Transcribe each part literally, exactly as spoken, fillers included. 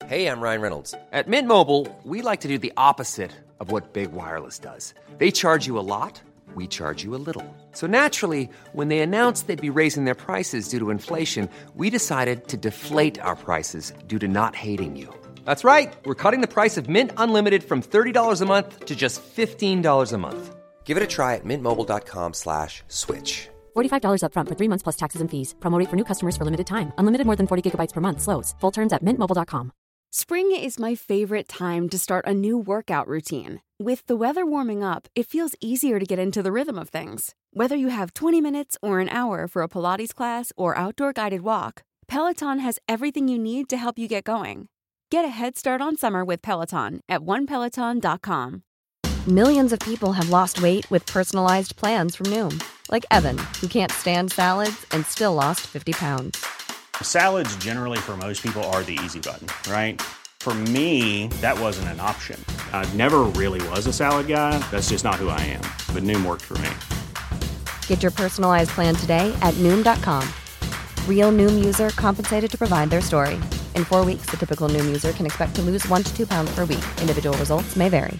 Hey, I'm Ryan Reynolds. At Mint Mobile, we like to do the opposite of what Big Wireless does. They charge you a lot, we charge you a little. So naturally, when they announced they'd be raising their prices due to inflation, we decided to deflate our prices due to not hating you. That's right. We're cutting the price of Mint Unlimited from thirty dollars a month to just fifteen dollars a month. Give it a try at mintmobile.com slash switch. forty-five dollars up front for three months plus taxes and fees. Promo rate for new customers for limited time. Unlimited more than forty gigabytes per month slows. Full terms at mint mobile dot com. Spring is my favorite time to start a new workout routine. With the weather warming up, it feels easier to get into the rhythm of things. Whether you have twenty minutes or an hour for a Pilates class or outdoor guided walk, Peloton has everything you need to help you get going. Get a head start on summer with Peloton at one peloton dot com. Millions of people have lost weight with personalized plans from Noom. Like Evan, who can't stand salads and still lost fifty pounds. Salads generally for most people are the easy button, right? For me, that wasn't an option. I never really was a salad guy. That's just not who I am. But Noom worked for me. Get your personalized plan today at Noom dot com. Real Noom user compensated to provide their story. In four weeks, the typical Noom user can expect to lose one to two pounds per week. Individual results may vary.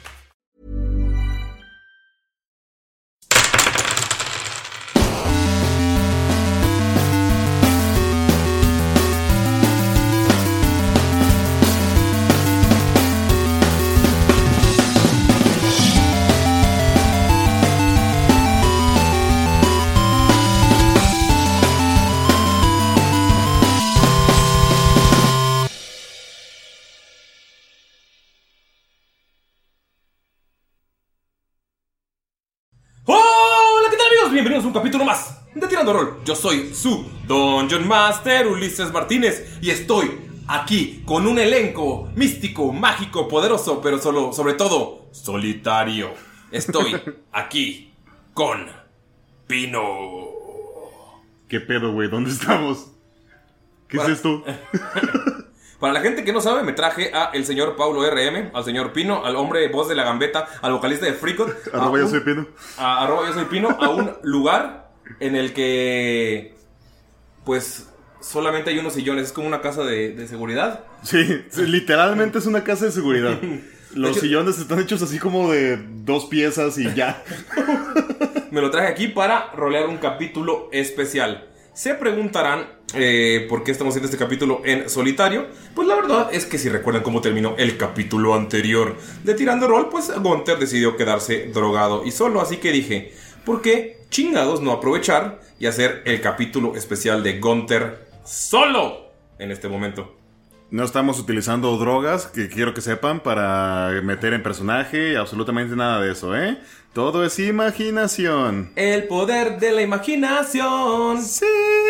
Bienvenidos a un capítulo más de Tirando Rol. Yo soy su Dungeon Master, Ulises Martínez, y estoy aquí con un elenco místico, mágico, poderoso, pero solo, sobre todo, solitario. Estoy aquí con Pino. ¿Qué pedo, güey? ¿Dónde estamos? ¿Qué Para... es esto? Para la gente que no sabe, me traje a el señor Paulo R M, al señor Pino, al hombre voz de la gambeta, al vocalista de Freakot. Arroba yo soy Pino. A, arroba yo soy Pino, a un lugar en el que, pues, solamente hay unos sillones. Es como una casa de, de seguridad. Sí, sí, literalmente es una casa de seguridad. Los hecho, sillones están hechos así como de dos piezas y ya. Me lo traje aquí para rolear un capítulo especial. Se preguntarán eh, por qué estamos haciendo este capítulo en solitario. Pues la verdad es que si recuerdan cómo terminó el capítulo anterior de Tirando Rol, pues Gunther decidió quedarse drogado y solo. Así que dije, ¿por qué chingados no aprovechar y hacer el capítulo especial de Gunther solo en este momento? No estamos utilizando drogas, que quiero que sepan, para meter en personaje, absolutamente nada de eso, ¿eh? Todo es imaginación. El poder de la imaginación. Sí.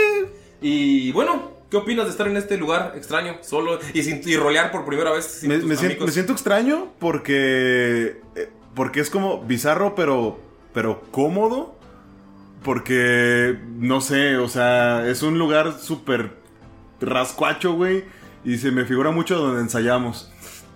Y bueno, ¿qué opinas de estar en este lugar extraño, solo y sin y rolear por primera vez sin me, tus me, amigos? siento, me siento extraño porque porque es como bizarro, pero pero cómodo. Porque no sé, o sea, es un lugar súper rascuacho, güey, y se me figura mucho donde ensayamos.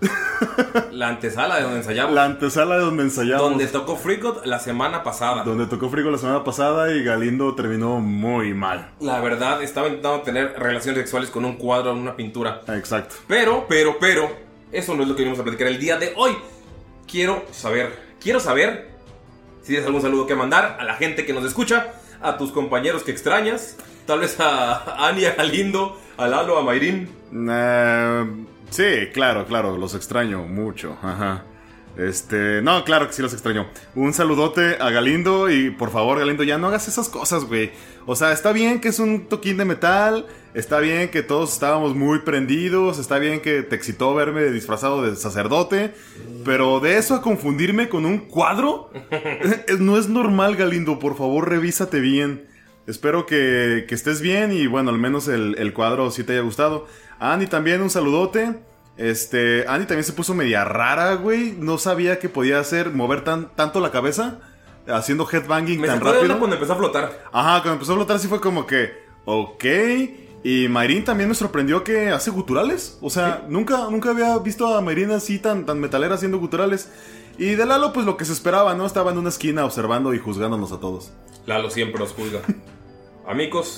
La antesala de donde ensayamos. La antesala de donde ensayamos. Donde tocó Freakot la semana pasada. Donde tocó Freakot la semana pasada y Galindo terminó muy mal. La verdad, estaba intentando tener relaciones sexuales con un cuadro, una pintura. Exacto. Pero, pero, pero, eso no es lo que venimos a platicar el día de hoy. Quiero saber, quiero saber si tienes algún saludo que mandar a la gente que nos escucha, a tus compañeros que extrañas, tal vez a Ani, a Galindo, a Lalo, a Mayrin. Uh, sí, claro, claro, los extraño mucho. Ajá. Este, no, claro que sí los extraño. Un saludote a Galindo y por favor, Galindo, ya no hagas esas cosas, güey. O sea, está bien que es un toquín de metal, está bien que todos estábamos muy prendidos, está bien que te excitó verme disfrazado de sacerdote, pero de eso a confundirme con un cuadro, no es normal, Galindo, por favor, revísate bien. Espero que, que estés bien y bueno, al menos el, el cuadro sí te haya gustado. A Andy también un saludote. Este, Andy también se puso media rara, güey. No sabía que podía hacer, mover tan, tanto la cabeza haciendo headbanging Me tan sacó de rápido. onda cuando empezó a flotar. Ajá, cuando empezó a flotar sí fue como que, ok. Y Mayrin también me sorprendió que hace guturales. O sea, ¿sí? nunca, nunca había visto a Mayrin así tan, tan metalera haciendo guturales. Y de Lalo, pues lo que se esperaba, ¿no? Estaba en una esquina observando y juzgándonos a todos. Lalo siempre nos juzga. Amigos,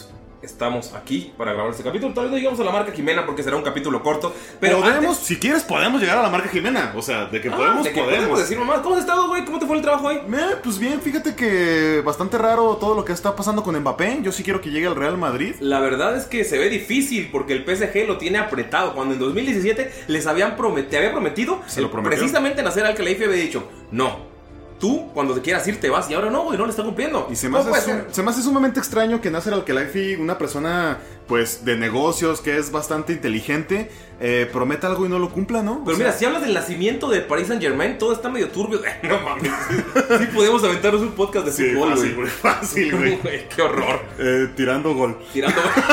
estamos aquí para grabar este capítulo. Tal vez no llegamos a la marca Jimena porque será un capítulo corto. Pero podemos, antes... si quieres, podemos llegar a la marca Jimena. O sea, de que ah, podemos, de que podemos. podemos decir, mamá, ¿cómo has estado, güey? ¿Cómo te fue el trabajo hoy? Eh, pues bien, fíjate que bastante raro todo lo que está pasando con Mbappé. Yo sí quiero que llegue al Real Madrid. La verdad es que se ve difícil porque el P S G lo tiene apretado. Cuando en dos mil diecisiete les habían promet- te había prometido, se lo prometió. Precisamente Nasser Al-Khelaifi había dicho, no. Tú, cuando te quieras ir, te vas. Y ahora no, güey, no le está cumpliendo. Y se me, hace sum- se me hace sumamente extraño que Nasser Al-Khelaifi, una persona, pues, de negocios, que es bastante inteligente, eh, prometa algo y no lo cumpla, ¿no? Pero o sea, mira, si hablas del nacimiento de Paris Saint-Germain, todo está medio turbio. No mames. Sí podemos aventarnos un podcast de sí, fútbol, fácil, güey. Fácil, güey. Qué horror. Eh, tirando gol. Tirando gol.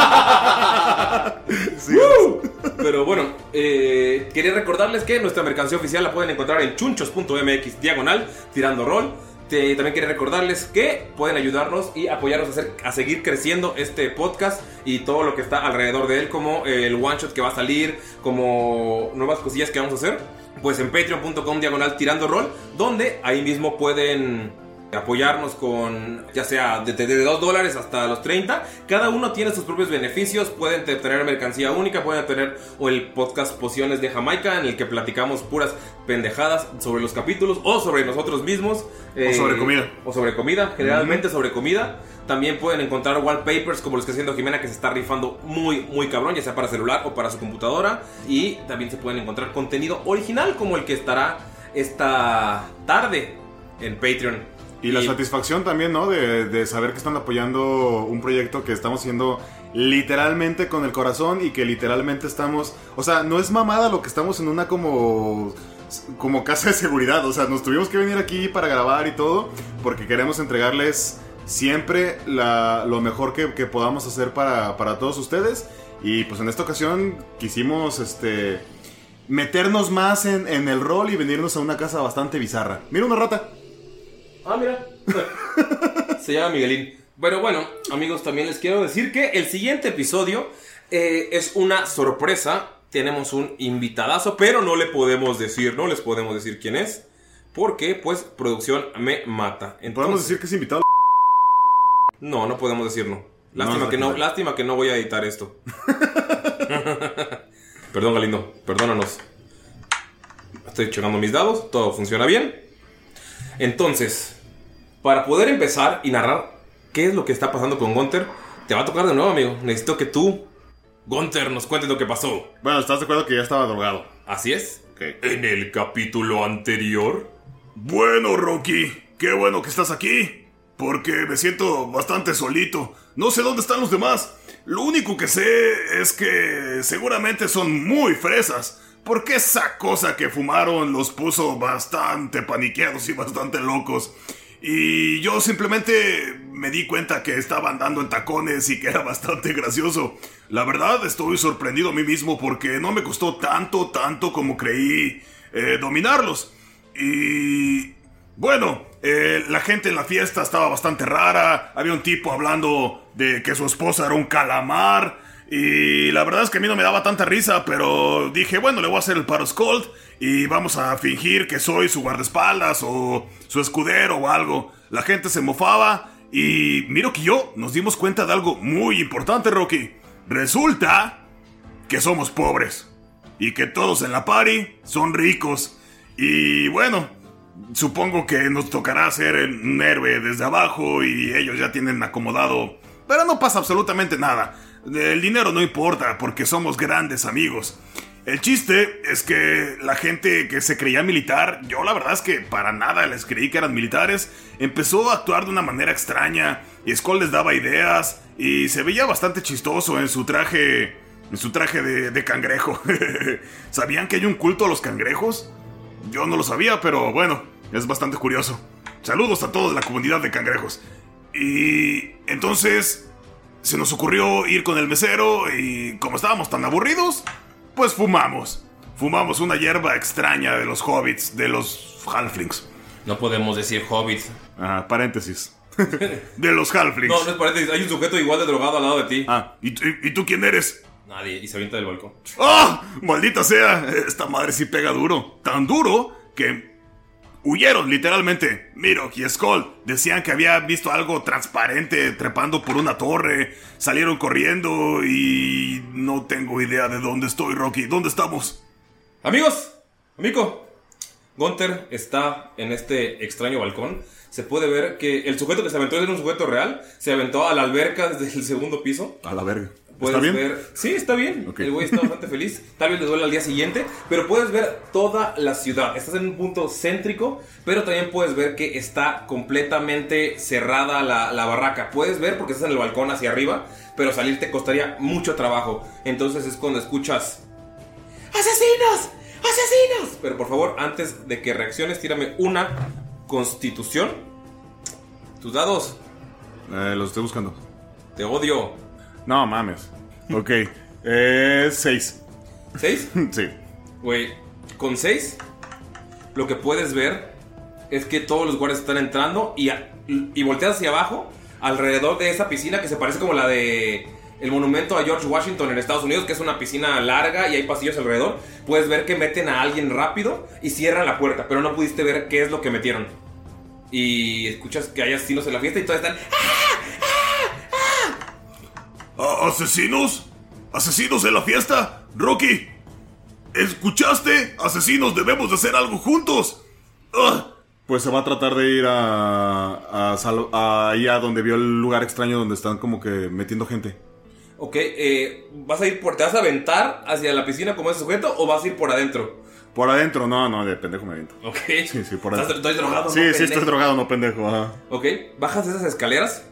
Sí, pero bueno, eh, quería recordarles que nuestra mercancía oficial la pueden encontrar en chunchos punto m x diagonal tirando rol. Te, también quería recordarles que pueden ayudarnos y apoyarnos a, hacer, a seguir creciendo este podcast y todo lo que está alrededor de él, como el one shot que va a salir, como nuevas cosillas que vamos a hacer. Pues en patreon punto com diagonal tirando rol, donde ahí mismo pueden apoyarnos con ya sea desde de dos dólares hasta los treinta. Cada uno tiene sus propios beneficios. Pueden tener mercancía única, pueden tener o el podcast Pociones de Jamaica, en el que platicamos puras pendejadas sobre los capítulos o sobre nosotros mismos, eh, o sobre comida o sobre comida, generalmente uh-huh. sobre comida. También pueden encontrar wallpapers como los que está haciendo Jimena, que se está rifando muy muy cabrón, ya sea para celular o para su computadora. Y también se pueden encontrar contenido original como el que estará esta tarde en Patreon. Y la satisfacción también, ¿no? De, de saber que están apoyando un proyecto que estamos haciendo literalmente con el corazón y que literalmente estamos... O sea, no es mamada lo que estamos en una como... como casa de seguridad. O sea, nos tuvimos que venir aquí para grabar y todo porque queremos entregarles siempre la, lo mejor que, que podamos hacer para, para todos ustedes. Y pues en esta ocasión quisimos este meternos más en, en el rol y venirnos a una casa bastante bizarra. Mira una rata. Ah, mira. Se llama Miguelín. Pero bueno, amigos, también les quiero decir que el siguiente episodio eh, es una sorpresa. Tenemos un invitadazo, pero no le podemos decir, no les podemos decir quién es, porque pues producción me mata. Entonces, ¿podemos decir que es invitado? No, no podemos decirlo. Lástima, no, que no, lástima que no voy a editar esto. Perdón, Galindo, perdónanos. Estoy checando mis dados, todo funciona bien. Entonces, para poder empezar y narrar qué es lo que está pasando con Gunther, te va a tocar de nuevo, amigo. Necesito que tú, Gunther, nos cuentes lo que pasó. Bueno, ¿estás de acuerdo que ya estaba drogado? Así es. Okay. En el capítulo anterior. Bueno, Rocky, qué bueno que estás aquí, porque me siento bastante solito. No sé dónde están los demás. Lo único que sé es que seguramente son muy fresas, porque esa cosa que fumaron los puso bastante paniqueados y bastante locos. Y yo simplemente me di cuenta que estaban dando en tacones y que era bastante gracioso. La verdad, estoy sorprendido a mí mismo porque no me costó tanto, tanto como creí eh, dominarlos. Y... bueno, eh, la gente en la fiesta estaba bastante rara. Había un tipo hablando de que su esposa era un calamar. Y la verdad es que a mí no me daba tanta risa, pero dije, bueno, le voy a hacer el paro Scold y vamos a fingir que soy su guardaespaldas o su escudero o algo. La gente se mofaba y Miro y yo nos dimos cuenta de algo muy importante, Rocky. Resulta que somos pobres y que todos en la party son ricos. Y bueno, supongo que nos tocará ser un héroe desde abajo y ellos ya tienen acomodado. Pero no pasa absolutamente nada. El dinero no importa porque somos grandes amigos. El chiste es que la gente que se creía militar, yo la verdad es que para nada les creí que eran militares, empezó a actuar de una manera extraña y Skull les daba ideas y se veía bastante chistoso en su traje, en su traje de, de cangrejo. ¿Sabían que hay un culto a los cangrejos? Yo no lo sabía, pero bueno, es bastante curioso. Saludos a toda la comunidad de cangrejos. Y entonces se nos ocurrió ir con el mesero y como estábamos tan aburridos, pues fumamos. Fumamos una hierba extraña de los hobbits, de los halflings. No podemos decir hobbits. Ah, paréntesis. De los halflings. No, no es paréntesis, hay un sujeto igual de drogado al lado de ti. Ah, ¿y, y, ¿y tú quién eres? Nadie, y se avienta del balcón. ¡Ah! ¡Oh! ¡Maldita sea! Esta madre sí pega duro. Tan duro que huyeron literalmente. Mirok y Skull decían que habían visto algo transparente trepando por una torre. Salieron corriendo y no tengo idea de dónde estoy, Rocky. ¿Dónde estamos? Amigos, amigo, Gunther está en este extraño balcón. Se puede ver que el sujeto que se aventó es un sujeto real. Se aventó a la alberca desde el segundo piso. A la verga. Puedes ¿Está bien? ver, sí, está bien. Okay. El güey está bastante feliz. Tal vez les duele al día siguiente, pero puedes ver toda la ciudad. Estás en un punto céntrico, pero también puedes ver que está completamente cerrada la, la barraca. Puedes ver porque estás en el balcón hacia arriba, pero salir te costaría mucho trabajo. Entonces es cuando escuchas ¡asesinos! ¡Asesinos! Pero por favor, antes de que reacciones, tírame una constitución. Tus dados. Eh, los estoy buscando. Te odio. No mames. Ok. Eh, seis. ¿Seis? Sí. Güey, con seis, lo que puedes ver es que todos los guardias están entrando y, a- y volteas hacia abajo, alrededor de esa piscina que se parece como la de el monumento a George Washington en Estados Unidos, que es una piscina larga y hay pasillos alrededor. Puedes ver que meten a alguien rápido y cierran la puerta, pero no pudiste ver qué es lo que metieron. Y escuchas que hay asesinos en la fiesta y todos están... ¿A- ¿Asesinos? ¿Asesinos en la fiesta? Rocky, ¿escuchaste? Asesinos, debemos de hacer algo juntos. ¡Ah! Pues se va a tratar de ir a, a, sal- a ahí a donde vio el lugar extraño donde están como que metiendo gente. Ok, eh, ¿vas a ir por... ¿Te vas a aventar hacia la piscina como ese sujeto o vas a ir por adentro? Por adentro, no, no, de pendejo me aviento. Ok. Sí, sí, por ¿Estás, adentro. estoy drogado? Sí, no, sí, pendejo? estoy drogado, no pendejo, ajá. Ok, bajas esas escaleras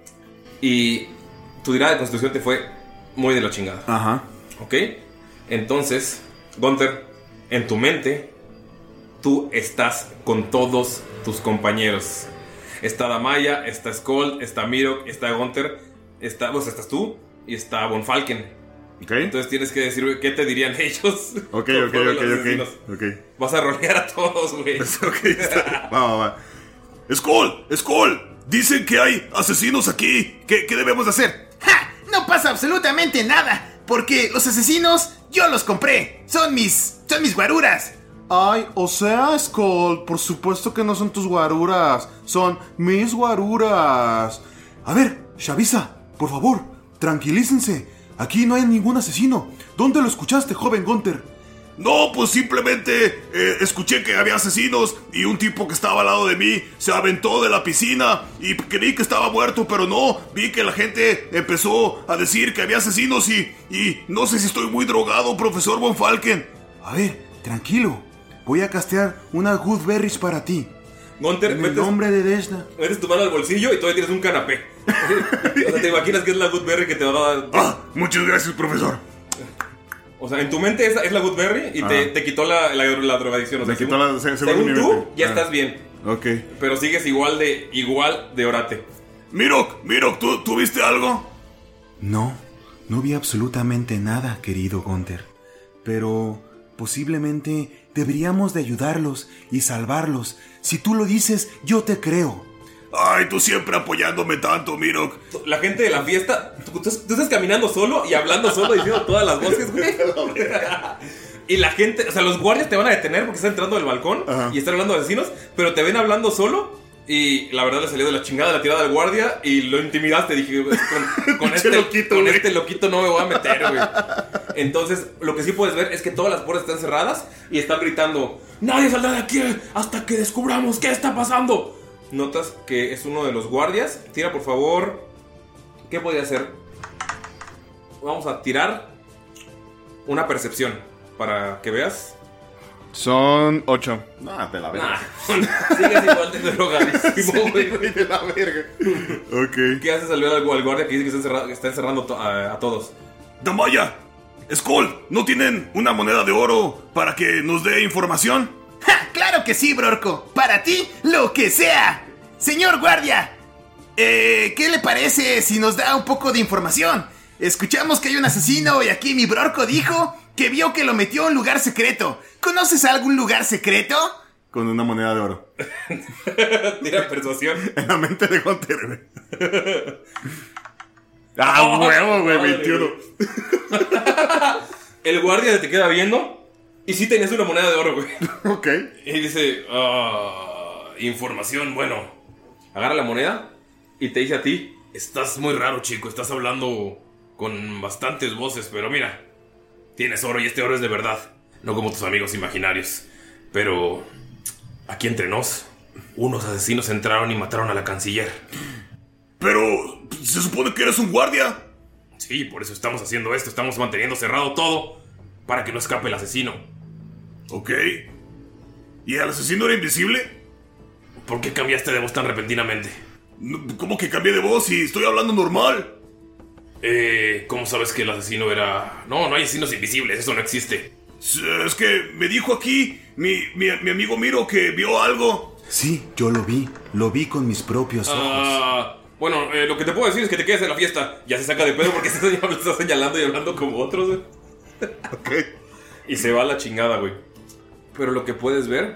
y tu tirada de constitución te fue muy de la chingada. Ajá. Ok, entonces, Gunther, en tu mente, tú estás con todos tus compañeros. Está Damaya, está Skull, está Mirok, está Gunther, está, pues estás tú y está Von Falken. Ok. Entonces tienes que decir qué te dirían ellos. Ok, ok, conforme ok, los asesinos. ok. Ok. Vas a rolear a todos, güey. Ok, está. Va, va, va. Skull, Skull, dicen que hay asesinos aquí. ¿Qué, qué debemos de hacer? ¡Ja! No pasa absolutamente nada, porque los asesinos yo los compré. Son mis, son mis guaruras. Ay, o sea, Skull, por supuesto que no son tus guaruras, son mis guaruras. A ver, Shavisa, por favor, tranquilícense. Aquí no hay ningún asesino. ¿Dónde lo escuchaste, joven Gunther? No, pues simplemente eh, escuché que había asesinos y un tipo que estaba al lado de mí se aventó de la piscina y creí que estaba muerto, pero no, vi que la gente empezó a decir que había asesinos y, y no sé si estoy muy drogado, profesor Von Falken. A ver, tranquilo. Voy a castear una Good Berries para ti. Gunther, En el metes, nombre de Desna. metes tu mano al bolsillo y todavía tienes un canapé. O sea, te imaginas que es la Goodberry que te va a dar. Ah, muchas gracias, profesor. O sea, en tu mente esa es la Goodberry y te, Ah. te quitó la, la, la drogadicción. O sea, Me quitó según, la- se- según según mi tú, mente. ya Ah. estás bien. Ok. Pero sigues igual de igual de orate. Mirok, Mirok, ¿tú, ¿tú viste algo? No, no vi absolutamente nada, querido Gunther. Pero posiblemente deberíamos de ayudarlos y salvarlos. Si tú lo dices, yo te creo. Ay, tú siempre apoyándome tanto, Mirok. La gente de la fiesta, tú, tú- tú estás caminando solo y hablando solo, diciendo todas las voces, güey. Y la gente, o sea, los guardias te van a detener porque están entrando del balcón Ajá. y están hablando de asesinos, pero te ven hablando solo. Y la verdad le salió de la chingada la tirada del guardia y lo intimidaste. Dije, con, con, este, loquito, con güey. este loquito no me voy a meter, güey. Entonces, lo que sí puedes ver es que todas las puertas están cerradas y están gritando: nadie saldrá de aquí hasta que descubramos qué está pasando. Notas que es uno de los guardias. Tira, por favor. ¿Qué podría hacer? Vamos a tirar una percepción para que veas. Son ocho. Nah, te la verga. Nah, sigues igual de drogadísimo, güey. De la verga. Ok. ¿Qué haces al ver al al guardia que dice que está encerrado- que está encerrando to- a, a todos? Damaya, Skull, ¿no tienen una moneda de oro para que nos dé información? ¡Ja! ¡Claro que sí, Brorco! ¡Para ti, lo que sea! Señor guardia, eh, ¿qué le parece si nos da un poco de información? Escuchamos que hay un asesino y aquí mi Brorco dijo que vio que lo metió a un lugar secreto. ¿Conoces algún lugar secreto? Con una moneda de oro. Tira persuasión. En la mente de Gunther, güey. ¡Ah, huevo, güey! Madre, veintiuno. El guardia te queda viendo Y sí tenías una moneda de oro, güey. Ok. Y dice, ah, información, bueno. Agarra la moneda y te dice a ti, estás muy raro, chico, estás hablando con bastantes voces, pero mira, tienes oro y este oro es de verdad, no como tus amigos imaginarios. Pero aquí entre nos, unos asesinos entraron y mataron a la canciller. Pero, ¿se supone que eres un guardia? Sí, por eso estamos haciendo esto, estamos manteniendo cerrado todo para que no escape el asesino. Ok. ¿Y el asesino era invisible? ¿Por qué cambiaste de voz tan repentinamente? ¿Cómo que cambié de voz si estoy hablando normal? Eh, ¿cómo sabes que el asesino era...? No, no hay asesinos invisibles, eso no existe. Es que me dijo aquí mi, mi, mi amigo Miro que vio algo. Sí, yo lo vi, lo vi con mis propios ojos. Ah, bueno, eh, lo que te puedo decir es que te quedes en la fiesta. Ya se saca de pedo porque se está, está señalando y hablando como otros, güey. Ok. Y se va a la chingada, güey. Pero lo que puedes ver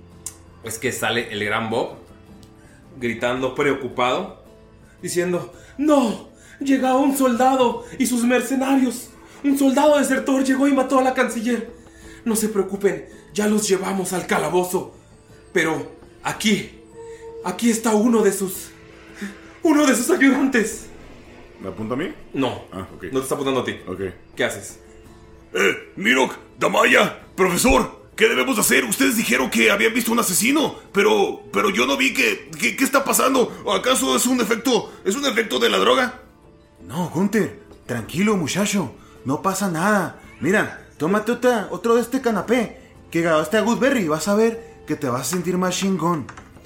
es que sale el gran Bob gritando preocupado, diciendo, ¡no! Llega un soldado y sus mercenarios. Un soldado desertor llegó y mató a la canciller. No se preocupen, ya los llevamos al calabozo. Pero aquí, aquí está uno de sus... Uno de sus ayudantes. ¿Me apunta a mí? No, ah, okay. No te está apuntando a ti. Ok. ¿Qué haces? Eh, Mirok, Damaya, profesor, ¿qué debemos hacer? Ustedes dijeron que habían visto un asesino, pero, pero yo no vi que, que, ¿qué está pasando? ¿Acaso es un efecto, es un efecto de la droga? No, Gunther, tranquilo, muchacho, no pasa nada. Mira, tómate otra, otro de este canapé que grabaste a Goodberry y vas a ver que te vas a sentir más chingón.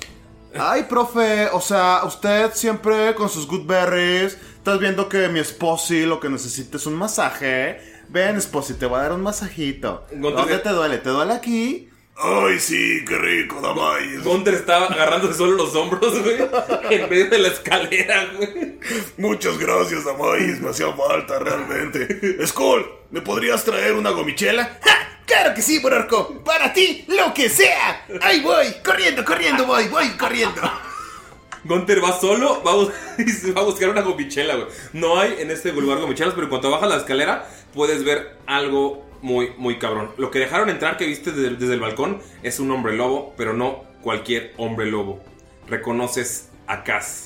Ay, profe, o sea, usted siempre con sus Goodberries. Estás viendo que mi esposi lo que necesita es un masaje. Ven, esposi, te voy a dar un masajito. ¿Dónde te duele? ¿Te duele aquí? Ay, sí, qué rico, Damay. Gunter estaba agarrándose solo los hombros, güey, en medio de la escalera, güey. Muchas gracias, Damay, me hacía falta realmente. Skull, ¿me podrías traer una gomichela? ¡Ja! ¡Claro que sí, Brorco! ¡Para ti, lo que sea! ¡Ahí voy! ¡Corriendo, corriendo voy! ¡Voy corriendo! Gunter va solo, va a, bus- va a buscar una gomichela, güey. No hay en este lugar gomichelas, pero cuando bajas la escalera puedes ver algo muy, muy cabrón. Lo que dejaron entrar que viste desde, desde el balcón es un hombre lobo, pero no cualquier hombre lobo. Reconoces a Kaz,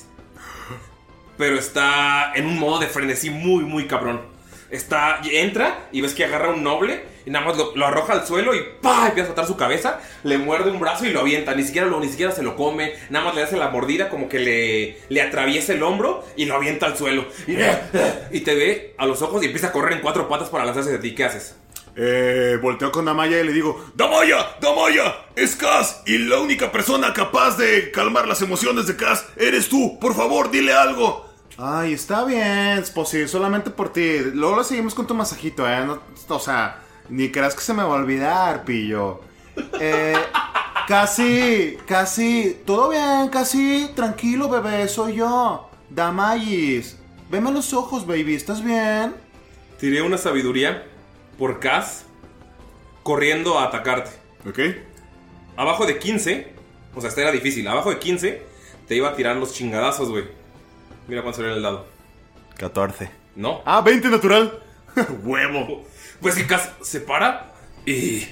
pero está en un modo de frenesí muy, muy cabrón. Está, entra y ves que agarra a un noble y nada más lo, lo arroja al suelo y ¡pah! Empieza a atar su cabeza, le muerde un brazo y lo avienta. Ni siquiera, lo, ni siquiera se lo come, nada más le hace la mordida como que le, le atraviesa el hombro y lo avienta al suelo. Y, y te ve a los ojos y empieza a correr en cuatro patas para lanzarse de ti. ¿Qué haces? Eh, volteo con Damaya y le digo, ¡Damaya! ¡Damaya! ¡Es Kaz! Y la única persona capaz de calmar las emociones de Kaz eres tú. Por favor, dile algo. Ay, está bien, esposi, solamente por ti. Luego lo seguimos con tu masajito, ¿eh? No, o sea, ni creas que se me va a olvidar, pillo. Eh, casi, casi, todo bien, casi, tranquilo, bebé, soy yo. Damayis, veme a los ojos, baby, ¿estás bien? Tiré una sabiduría por Kaz corriendo a atacarte. ¿ok? Abajo de quince, o sea, esta era difícil. Abajo de quince te iba a tirar los chingadazos, güey. Mira cuánto salió en el dado. catorce. No. Ah, veinte natural. Huevo. Pues que Kaz se para y...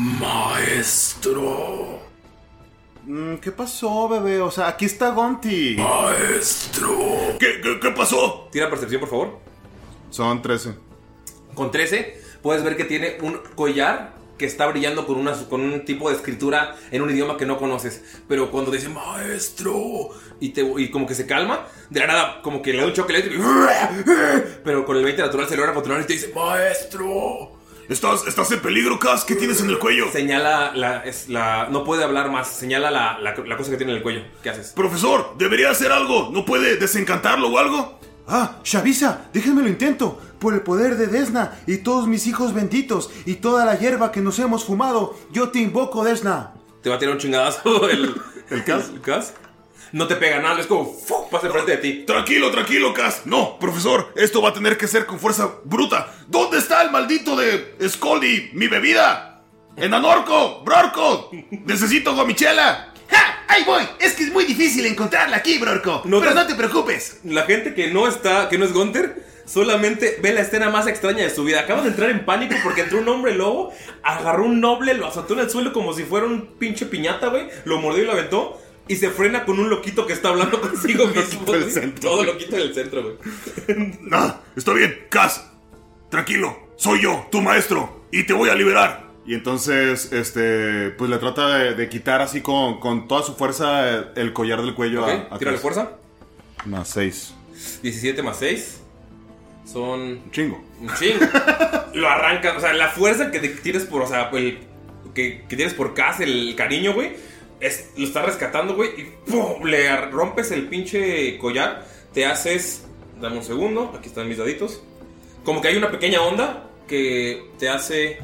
Maestro. Mm, ¿Qué pasó, bebé? O sea, aquí está Gonti. Maestro. ¿Qué, qué, qué pasó? Tira percepción, por favor. Son trece. Con trece puedes ver que tiene un collar que está brillando con, una, con un tipo de escritura en un idioma que no conoces. Pero cuando dice maestro y, te, y como que se calma, de la nada como que le da un choque eléctrico. Pero con el veinte natural se logra controlar y te dice maestro. ¿Estás, estás en peligro, Kaz? ¿Qué tienes en el cuello? Señala la, es la... No puede hablar más. Señala la, la, la cosa que tiene en el cuello. ¿Qué haces? Profesor, debería hacer algo. ¿No puede desencantarlo o algo? Ah, Shavisa, déjenme lo intento. Por el poder de Desna y todos mis hijos benditos y toda la hierba que nos hemos fumado, yo te invoco, Desna. Te va a tirar un chingadazo el... ¿El Kaz? ¿El Kaz? No te pega nada, es como... ¡fum! Pasa enfrente de ti. Tranquilo, tranquilo, Kaz. No, profesor, esto va a tener que ser con fuerza bruta. ¿Dónde está el maldito de Scoldy, mi bebida? ¡Enanorco! ¡Brorco! ¡Necesito gomichela! ¡Ja! ¡Ahí voy! Es que es muy difícil encontrarla aquí, Brorco. No Pero te- no te preocupes. La gente que no está, que no es Gunter, solamente ve la escena más extraña de su vida. Acaba de entrar en pánico porque entró un hombre lobo, agarró un noble, lo azotó en el suelo como si fuera un pinche piñata, güey. Lo mordió y lo aventó. Y se frena con un loquito que está hablando consigo mismo. Todo loquito en el centro, güey. No, está bien, Kaz. Tranquilo, soy yo, tu maestro, y te voy a liberar. Y entonces, este, pues le trata de, de quitar así con, con toda su fuerza el collar del cuello. Ok, a, a tírale fuerza. Más seis. diecisiete más seis. Son... Un chingo. Un chingo. Lo arranca, o sea, la fuerza que te tienes por, o sea, el, que, que tienes por Kaz, el cariño, güey, es, lo está rescatando, güey, y ¡pum! Le rompes el pinche collar. Te haces... Dame un segundo, aquí están mis daditos. Como que hay una pequeña onda que te hace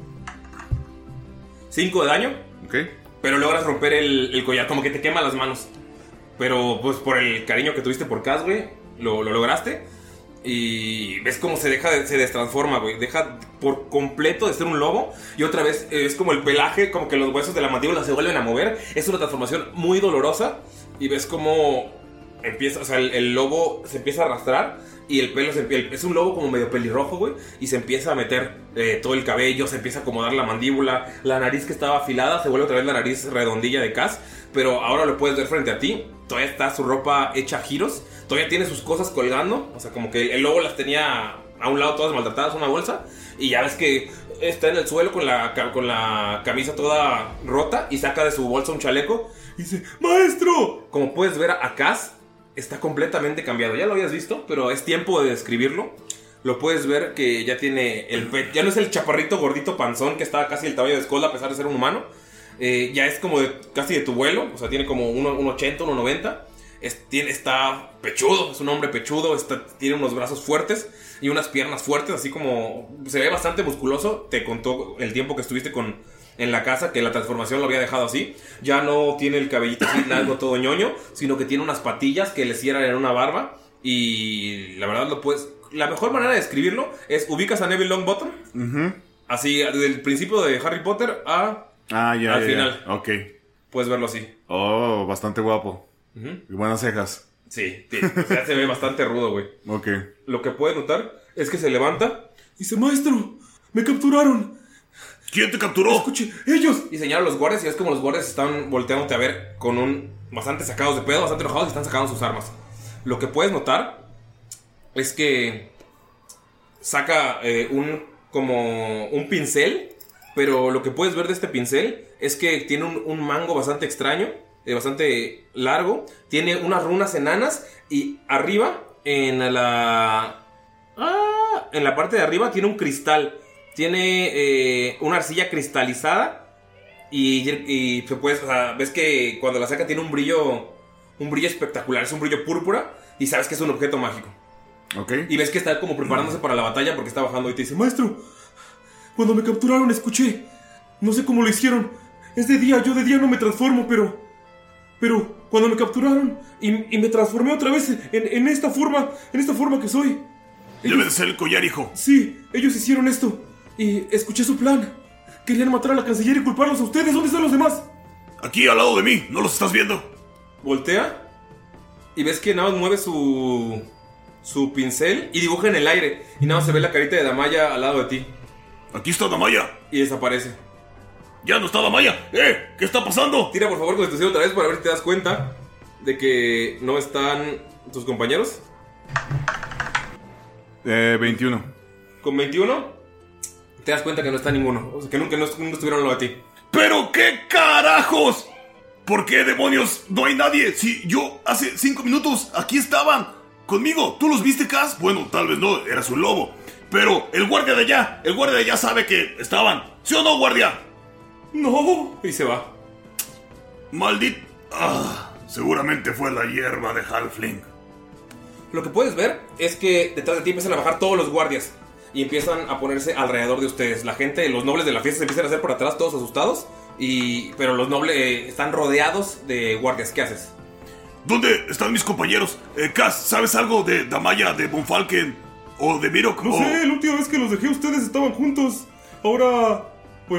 cinco de daño. Ok. Pero logras romper el, el collar, como que te quema las manos. Pero pues por el cariño que tuviste por Kaz, güey, lo, lo lograste. Y ves cómo se deja de, se destransforma, güey. Deja por completo de ser un lobo. Y otra vez eh, es como el pelaje, como que los huesos de la mandíbula se vuelven a mover. Es una transformación muy dolorosa. Y ves cómo empieza, o sea, el, el lobo se empieza a arrastrar. Y el pelo se empieza, es un lobo como medio pelirrojo, güey. Y se empieza a meter eh, todo el cabello. Se empieza a acomodar la mandíbula. La nariz que estaba afilada se vuelve otra vez la nariz redondilla de Kaz. Pero ahora lo puedes ver frente a ti. Todavía está su ropa hecha a giros. Todavía tiene sus cosas colgando. O sea, como que el lobo las tenía a un lado todas maltratadas, una bolsa. Y ya ves que está en el suelo con la, con la camisa toda rota. Y saca de su bolsa un chaleco. Y dice, ¡maestro! Como puedes ver a Kaz, está completamente cambiado. Ya lo habías visto, pero es tiempo de describirlo. Lo puedes ver que ya tiene el pecho. Ya no es el chaparrito gordito panzón que estaba casi el tamaño de Skull a pesar de ser un humano. Eh, ya es como de, casi de tu vuelo. O sea, tiene como uno ochenta, uno noventa. Es, tiene, está pechudo, es un hombre pechudo. Está, tiene unos brazos fuertes y unas piernas fuertes. Así como se ve bastante musculoso. Te contó el tiempo que estuviste con, en la casa que la transformación lo había dejado así. Ya no tiene el cabellito así largo todo ñoño, sino que tiene unas patillas que le cierran en una barba. Y la verdad lo puedes... La mejor manera de describirlo es, ubicas a Neville Longbottom. Uh-huh. Así, desde el principio de Harry Potter a... Ah, ya, al ya, final. Ya. Ok. Puedes verlo así. Oh, bastante guapo. Uh-huh. Y buenas cejas. Sí, sí, o sea, se ve bastante rudo, güey. Ok. Lo que puedes notar es que se levanta y dice, maestro, me capturaron. ¿Quién te capturó? Escuche, ellos. Y señala a los guardias y es como los guardias están volteándote a ver con un... Bastante sacados de pedo, bastante enojados y están sacando sus armas. Lo que puedes notar es que saca eh, un... como un pincel. Pero lo que puedes ver de este pincel es que tiene un, un mango bastante extraño, eh, bastante largo. Tiene unas runas enanas y arriba, en la... Ah, en la parte de arriba tiene un cristal. Tiene eh, una arcilla cristalizada y, y se puede, o sea, ves que cuando la saca tiene un brillo, un brillo espectacular, es un brillo púrpura y sabes que es un objeto mágico. Ok. Y ves que está como preparándose para la batalla porque está bajando y te dice, maestro, cuando me capturaron escuché, no sé cómo lo hicieron, es de día, yo de día no me transformo, pero, pero cuando me capturaron y, y me transformé otra vez en, en esta forma, en esta forma que soy. Ellos, debe de ser el collar, hijo. Sí, ellos hicieron esto. Y escuché su plan. Querían matar a la canciller y culparlos a ustedes. ¿Dónde están los demás? Aquí, al lado de mí. ¿No los estás viendo? Voltea y ves que nada más mueve su... su pincel y dibuja en el aire. Y nada más se ve la carita de Damaya al lado de ti. Aquí está Damaya. Y desaparece. ¡Ya no está Damaya! ¡Eh! ¿Qué está pasando? Tira por favor constitución otra vez para ver si te das cuenta de que no están tus compañeros. Eh, veintiuno. Con veintiuno te das cuenta que no está ninguno. O sea, que nunca, nunca estuvieron al lado de ti. ¡Pero qué carajos! ¿Por qué demonios no hay nadie? Si yo hace cinco minutos aquí estaban conmigo. ¿Tú los viste, Kaz? Bueno, tal vez no, eras un lobo. Pero el guardia de allá, el guardia de allá sabe que estaban. ¿Sí o no, guardia? No. Y se va. Maldito. Ah, seguramente fue la hierba de Halfling. Lo que puedes ver es que detrás de ti empiezan a bajar todos los guardias y empiezan a ponerse alrededor de ustedes. La gente, los nobles de la fiesta se empiezan a hacer por atrás todos asustados. Y, pero los nobles eh, están rodeados de guardias. ¿Qué haces? ¿Dónde están mis compañeros? Eh, Kaz, ¿sabes algo de Damaya, de Von Falken o de Mirok? No o... sé, la última vez que los dejé ustedes estaban juntos. Ahora, pues,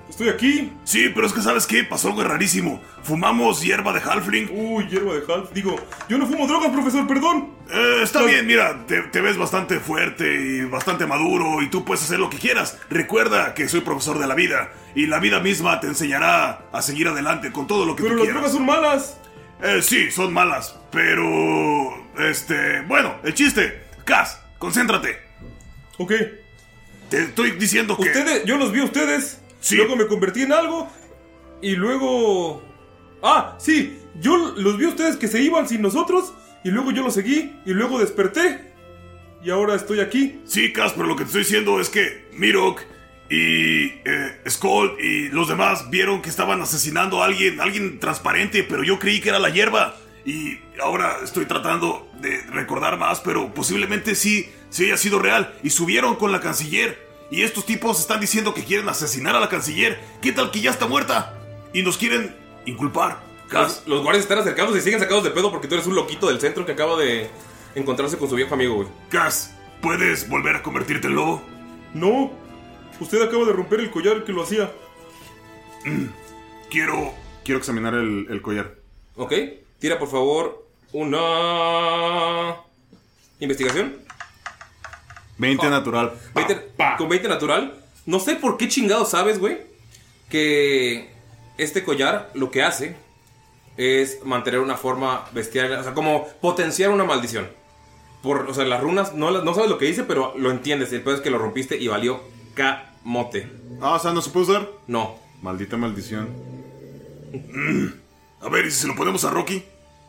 Estoy aquí. Sí, pero es que ¿sabes qué? Pasó algo rarísimo. Fumamos hierba de halfling. Uy, hierba de half. Digo, yo no fumo drogas, profesor, perdón. Eh, está No. bien, mira, te, te ves bastante fuerte y bastante maduro y tú puedes hacer lo que quieras. Recuerda que soy profesor de la vida y la vida misma te enseñará a seguir adelante con todo lo que Pero tú las quieras. drogas son malas. Eh, sí, son malas, pero... Este... Bueno, el chiste. Cas, concéntrate. Ok. Te estoy diciendo que... Ustedes, yo los vi a ustedes. Sí. Luego me convertí en algo. Y luego... Ah, sí. Yo los vi a ustedes que se iban sin nosotros. Y luego yo los seguí. Y luego desperté. Y ahora estoy aquí. Sí, Cas, pero lo que te estoy diciendo es que Mirok y eh, Skull y los demás vieron que estaban asesinando a alguien, alguien transparente, pero yo creí que era la hierba. Y ahora estoy tratando de recordar más, pero posiblemente sí, sí haya sido real. Y subieron con la canciller. Y estos tipos están diciendo que quieren asesinar a la canciller. ¿Qué tal que ya está muerta? Y nos quieren inculpar. Cas. Los, los guardias están acercándose y siguen sacados de pedo porque tú eres un loquito del centro que acaba de encontrarse con su viejo amigo, güey. Cas, ¿puedes volver a convertirte en lobo? No. Usted acaba de romper el collar que lo hacía. Mm, quiero... Quiero examinar el, el collar. Ok. Tira, por favor, una... ¿Investigación? veinte natural. veinte, con veinte natural. No sé por qué chingado sabes, güey, que este collar lo que hace es mantener una forma bestial. O sea, como potenciar una maldición. Por, o sea, las runas, no, las- no sabes lo que dice, pero lo entiendes. El peor es que lo rompiste y valió camote. Ah, o sea, ¿no se puede usar? No. Maldita maldición. Mm, a ver, ¿y si se lo ponemos a Rocky?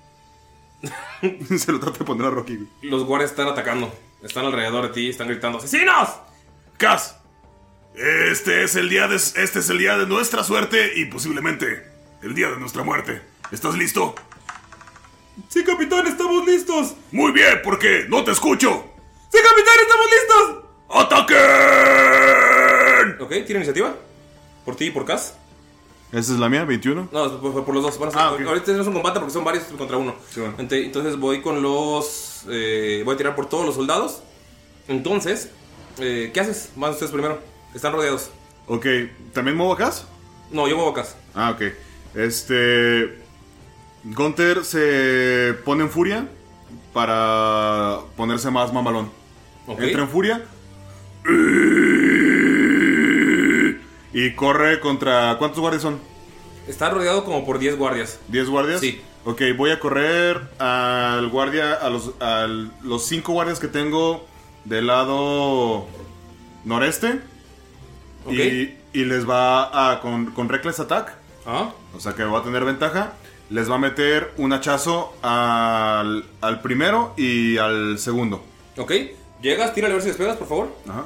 Se lo trata de poner a Rocky, güey. Los guardias están atacando. Están alrededor de ti, están gritando ¡asesinos! Cas, este es el día de este es el día de nuestra suerte y posiblemente el día de nuestra muerte. ¿Estás listo? Sí, capitán, estamos listos. Muy bien, porque no te escucho. Sí, capitán, estamos listos. ¡Ataquen! Ok, tira iniciativa. Por ti y por Cas. ¿Esa es la mía? ¿veintiuno? No, por, por los dos. Van a ser- Ah, ok. Ahorita no es un combate porque son varios contra uno. Sí, bueno. Ente- Entonces voy con los... eh, voy a tirar por todos los soldados. Entonces, eh, ¿qué haces? Van ustedes primero. Están rodeados. Ok, ¿también muevo acá? No, yo muevo Cas. Ah, ok. Este... Gunther se pone en furia para ponerse más mamalón. Ok. Entra en furia y corre contra... ¿Cuántos guardias son? Está rodeado como por diez guardias. ¿diez guardias? Sí. Ok, voy a correr al guardia, a los, a los cinco guardias que tengo del lado noreste. Ok. Y, y les va a, con, con Reckless Attack, Ah. o sea que va a tener ventaja. Les va a meter un hachazo al, al primero y al segundo. Ok. Llegas, tírale a ver si despegas, por favor. Ajá.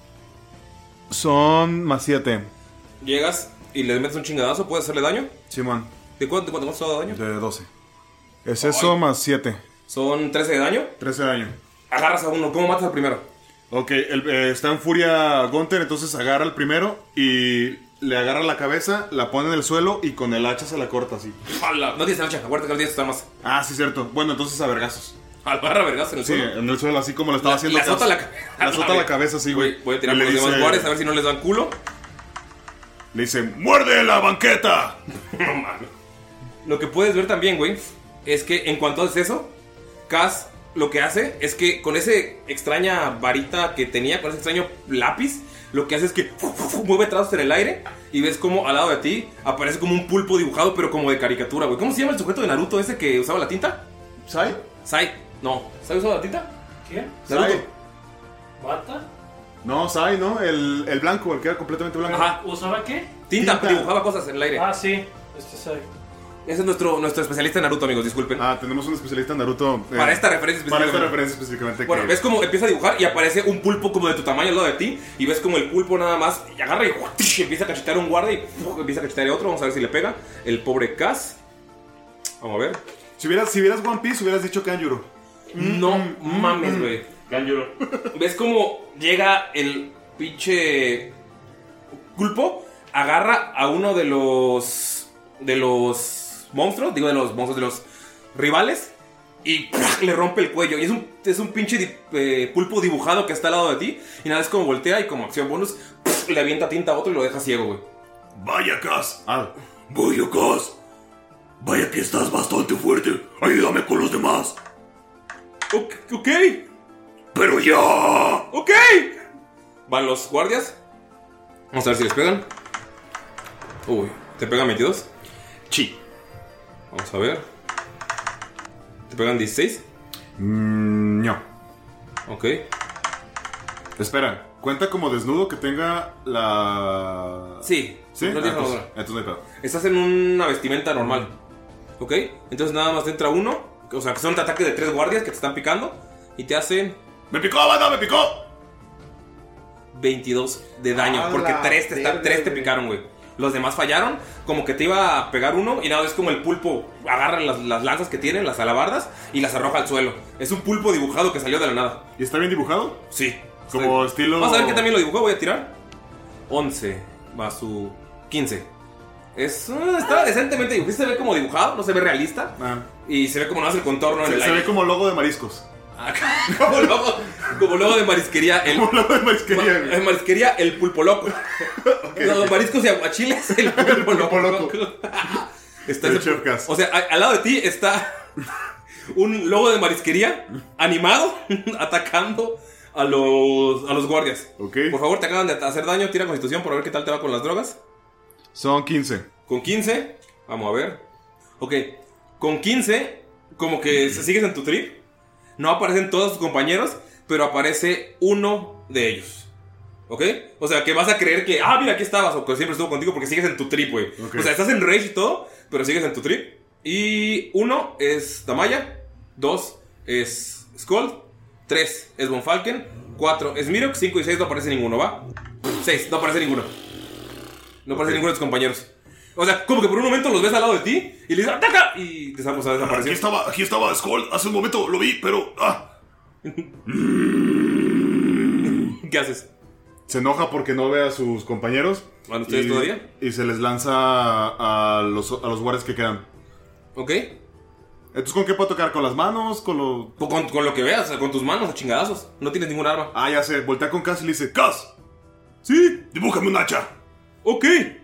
Son más siete. Llegas y le metes un chingadazo. ¿Puedes hacerle daño? Simón, ¿De cuánto, de cuánto has dado daño? de doce. Es eso Ay. más siete. Son trece de daño. trece de daño. Agarras a uno. ¿Cómo matas al primero? Ok, el- eh, está en furia Gunther, entonces agarra al primero y le agarra la cabeza, la pone en el suelo y con el hacha se la corta así. ¡Hala! No tienes hacha. Acuérdate que no tienes estar más. Ah, sí, cierto. Bueno, entonces a vergazos. Agarra vergas en el Sí, suelo. en el suelo, así como lo estaba La- haciendo. le azota Cas. la ca- Le azota la cabeza, sí, güey. Voy, voy a tirar Y por le los demás dice- guardias a ver si no les dan culo. Le dice, ¡Muerde la banqueta! No mames. Lo que puedes ver también, güey, es que en cuanto haces eso, Cas lo que hace es que con esa extraña varita que tenía, con ese extraño lápiz, lo que hace es que fu, fu, fu, mueve trazos en el aire y ves como al lado de ti aparece como un pulpo dibujado, pero como de caricatura, güey. ¿Cómo se llama el sujeto de Naruto ese que usaba la tinta? ¿Sai? Sai. No. ¿Sai usaba la tinta? ¿Qué? Naruto. Sai. ¿Bata? No, Sai, ¿no? El, el blanco, el que era completamente blanco. Ajá. ¿Usaba qué? Tinta, Tinta. dibujaba cosas en el aire. Ah, sí. Este es ahí. Ese es nuestro, nuestro especialista en Naruto, amigos, disculpen. Ah, tenemos un especialista en Naruto. eh, Para esta referencia Para esta específicamente. referencia específicamente. Bueno, que- ves como empieza a dibujar y aparece un pulpo como de tu tamaño al lado de ti. Y ves como el pulpo nada más y agarra y, y empieza a cachetear a un guardia y ¡puf! Empieza a cachetear a otro. Vamos a ver si le pega. El pobre Cas. Vamos a ver. Si hubieras, si vieras One Piece, hubieras dicho Kanjuro. No mames, güey. Ganjuro. ¿Ves cómo llega el pinche pulpo? Agarra a uno de los de los monstruos, digo de los monstruos, de los rivales, y ¡pah! Le rompe el cuello. Y es un, es un pinche di- eh, pulpo dibujado que está al lado de ti. Y nada, es como voltea y como acción bonus ¡pah! Le avienta tinta a otro y lo deja ciego, güey. Vaya, Cas. Ah. Vaya, Cas. Vaya que estás bastante fuerte. Ayúdame con los demás. Ok. Ok. Pero ya. Ok. Van los guardias. Vamos a ver si les pegan. Uy, ¿te pegan veintidós? Sí. Vamos a ver. ¿Te pegan dieciséis? Mm, no. Ok. Espera, ¿cuenta como desnudo que tenga la...? Sí. ¿Sí? No Ah, tienes entonces, armadura. entonces no hay pedo. Estás en una vestimenta normal. ¿Ok? Entonces nada más te entra uno. O sea, que son ataques de tres guardias que te están picando. Y te hacen ¡Me picó, banda! ¡Me picó! veintidós de daño. A Porque la tres te, están, verga, tres te güey. picaron, güey. Los demás fallaron. Como que te iba a pegar uno. Y nada, es como el pulpo agarra las, las lanzas que tiene, las alabardas, y las arroja al suelo. Es un pulpo dibujado que salió de la nada. ¿Y está bien dibujado? Sí. Como Está- estilo... Vamos a ver que también lo dibujó. Voy a tirar once más su quince. Es, uh, está decentemente dibujado. Se ve como dibujado, no se ve realista. Ah. Y se ve como no hace el contorno en Se, el se aire. ve como logo de mariscos. como, logo, como logo de marisquería. El, como logo de marisquería. Ma, marisquería, el pulpo loco. Okay. Los mariscos y aguachiles, el pulpo, el pulpo loco. Está el ese, Chef Gas. o sea, a, al lado de ti está un logo de marisquería animado atacando a los, a los guardias. Okay. Por favor, te acaban de hacer daño. Tira constitución por ver qué tal te va con las drogas. Son quince. Con quince, vamos a ver. Ok, con quince, como que se sigues en tu trip. No aparecen todos tus compañeros, pero aparece uno de ellos. ¿Ok? O sea, que vas a creer que, ah, mira, aquí estabas, o que siempre estuvo contigo porque sigues en tu trip, güey. Okay. O sea, estás en rage y todo, pero sigues en tu trip. Y uno es Damaya, dos es Skull, tres es Von Falken, cuatro es Mirok, cinco y seis no aparece ninguno, ¿va? seis, no aparece ninguno. No aparece okay. ninguno de tus compañeros. O sea, como que por un momento los ves al lado de ti y le dices ¡ataca! Y te o sea, desapareció. Aquí estaba, aquí estaba Skull. Hace un momento lo vi, pero... ¡Ah! ¿Qué haces? Se enoja porque no ve a sus compañeros. ¿Van ustedes y, todavía? Y se les lanza a, a, los, a los guardias que quedan. Ok. Entonces, ¿con qué puedo tocar? ¿Con las manos? ¿Con lo...? Con, con lo que veas, o sea, con tus manos, a chingadazos. No tienes ningún arma. Ah, ya sé. Voltea con Cass y le dice... ¡Cass! Sí, dibújame un hacha. Ok.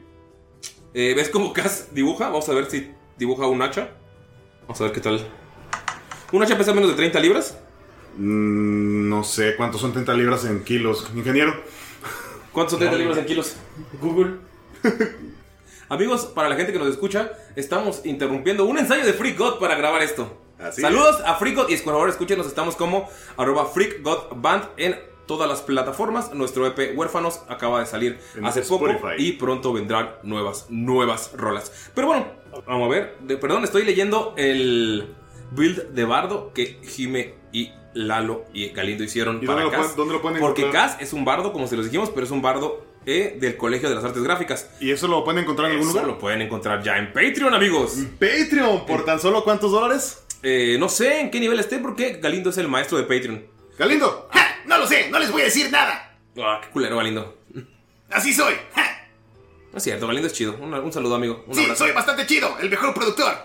Eh, ¿Ves cómo Cass dibuja? Vamos a ver si dibuja un hacha. Vamos a ver qué tal. ¿Un hacha pesa menos de treinta libras? Mm, no sé. ¿Cuántos son treinta libras en kilos? Ingeniero. ¿Cuántos son treinta libras en kilos? Google. Amigos, para la gente que nos escucha, estamos interrumpiendo un ensayo de Freak God para grabar esto. Así Saludos es. a Freak God y por favor escúchenos, estamos como arroba Freak God Band en todas las plataformas. Nuestro E P Huérfanos acaba de salir en hace Spotify. poco y pronto vendrán nuevas, nuevas rolas. Pero bueno, vamos a ver. De, perdón, estoy leyendo el build de bardo que Jime y Lalo y Galindo hicieron ¿Y para dónde, Cass. lo pueden, dónde lo pueden Porque encontrar? Cass es un bardo, como se los dijimos, pero es un bardo eh, del Colegio de las Artes Gráficas. ¿Y eso lo pueden encontrar en algún Eso lugar? lo pueden encontrar ya en Patreon, amigos. ¿Patreon? ¿Por tan solo cuántos dólares? Eh, no sé en qué nivel esté porque Galindo es el maestro de Patreon. ¡Galindo! ¡Ja! No lo sé, no les voy a decir nada. Ah, qué culero, Galindo. Así soy. ¡Ja! No es cierto, Galindo es chido. Un, un saludo, amigo. Un sí, abrazo. soy bastante chido, el mejor productor.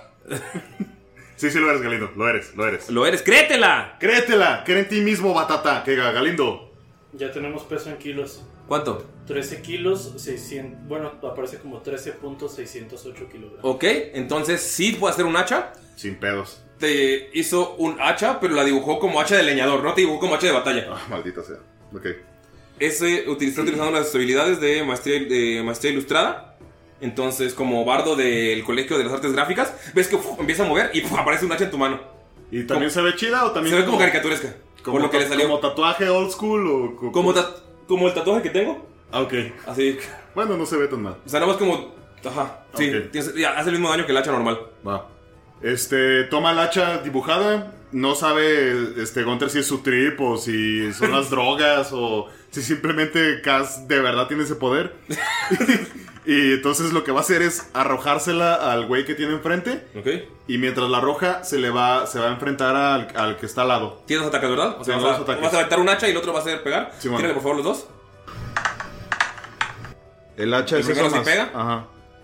Sí, sí lo eres, Galindo. Lo eres, lo eres. Lo eres, créetela. Créetela. Cree en ti mismo, batata. Que Galindo. Ya tenemos peso en kilos. ¿Cuánto? trece kilos, seiscientos. Bueno, aparece como trece punto seiscientos ocho kilogramos. Ok, entonces sí puede hacer un hacha. Sin pedos. Te hizo un hacha, pero la dibujó como hacha de leñador, no te dibujó como hacha de batalla. Ah, maldita sea. Ok. Ese utilizó utilizando las habilidades de maestría, de maestría ilustrada. Entonces, como bardo del Colegio de las Artes Gráficas, ves que uf, empieza a mover y uf, aparece un hacha en tu mano. ¿Y también se ve chida o también? Se ve como caricaturesca. Como, por lo que le salió. ¿Como tatuaje old school o...? co- Como, ta- como el tatuaje que tengo. Ah, ok. Así. Bueno, no se ve tan mal. O sea, nada más como... Ajá. Sí, Ok. tienes- ya, hace el mismo daño que el hacha normal. Va. Este, toma el hacha dibujada. No sabe, este, Gunter si es su trip o si son las drogas o si simplemente Cass de verdad tiene ese poder. Y entonces lo que va a hacer es arrojársela al güey que tiene enfrente. Ok. Y mientras la arroja, se le va, se va a enfrentar al, al que está al lado. Tienes dos ataques, ¿verdad? O sea, Tengo vas a, dos ataques. vas a aventar un hacha y el otro va a hacer pegar. Sí, bueno. Tírale, por favor, los dos. El hacha ¿El es primero esa sí más. pega? Ajá.